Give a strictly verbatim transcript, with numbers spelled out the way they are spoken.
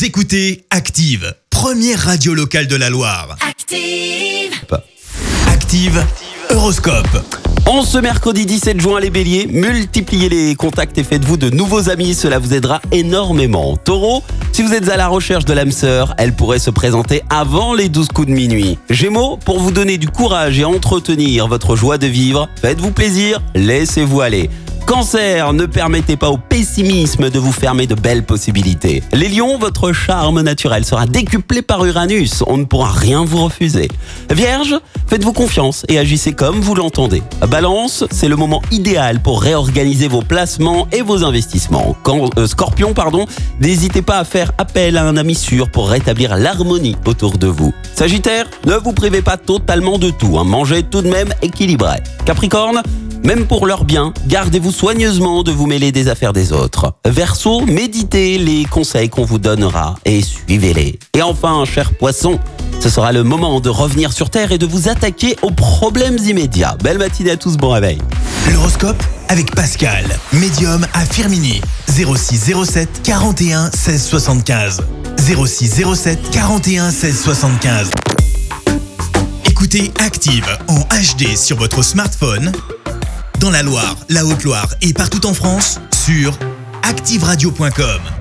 Vous écoutez Active, première radio locale de la Loire. Active. Active Horoscope. En ce mercredi dix-sept juin, les béliers, multipliez les contacts et faites-vous de nouveaux amis, cela vous aidera énormément. Taureau, si vous êtes à la recherche de l'âme sœur, elle pourrait se présenter avant les douze coups de minuit. Gémeaux, pour vous donner du courage et entretenir votre joie de vivre, faites-vous plaisir, laissez-vous aller. Cancer, ne permettez pas au pessimisme de vous fermer de belles possibilités. Les lions, votre charme naturel sera décuplé par Uranus, on ne pourra rien vous refuser. Vierge, faites-vous confiance et agissez comme vous l'entendez. Balance, c'est le moment idéal pour réorganiser vos placements et vos investissements. Quand, euh, Scorpion, pardon, n'hésitez pas à faire appel à un ami sûr pour rétablir l'harmonie autour de vous. Sagittaire, ne vous privez pas totalement de tout, hein, mangez tout de même équilibré. Capricorne, même pour leur bien, gardez-vous soigneusement de vous mêler des affaires des autres. Verseau, méditez les conseils qu'on vous donnera et suivez-les. Et enfin, cher poisson, ce sera le moment de revenir sur Terre et de vous attaquer aux problèmes immédiats. Belle matinée à tous, bon réveil. L'horoscope avec Pascal, médium à Firminy. zéro six zéro sept quarante et un seize soixante-quinze. zéro six zéro sept quarante et un seize soixante-quinze. Écoutez Active en H D sur votre smartphone, dans la Loire, la Haute-Loire et partout en France, sur active radio point com.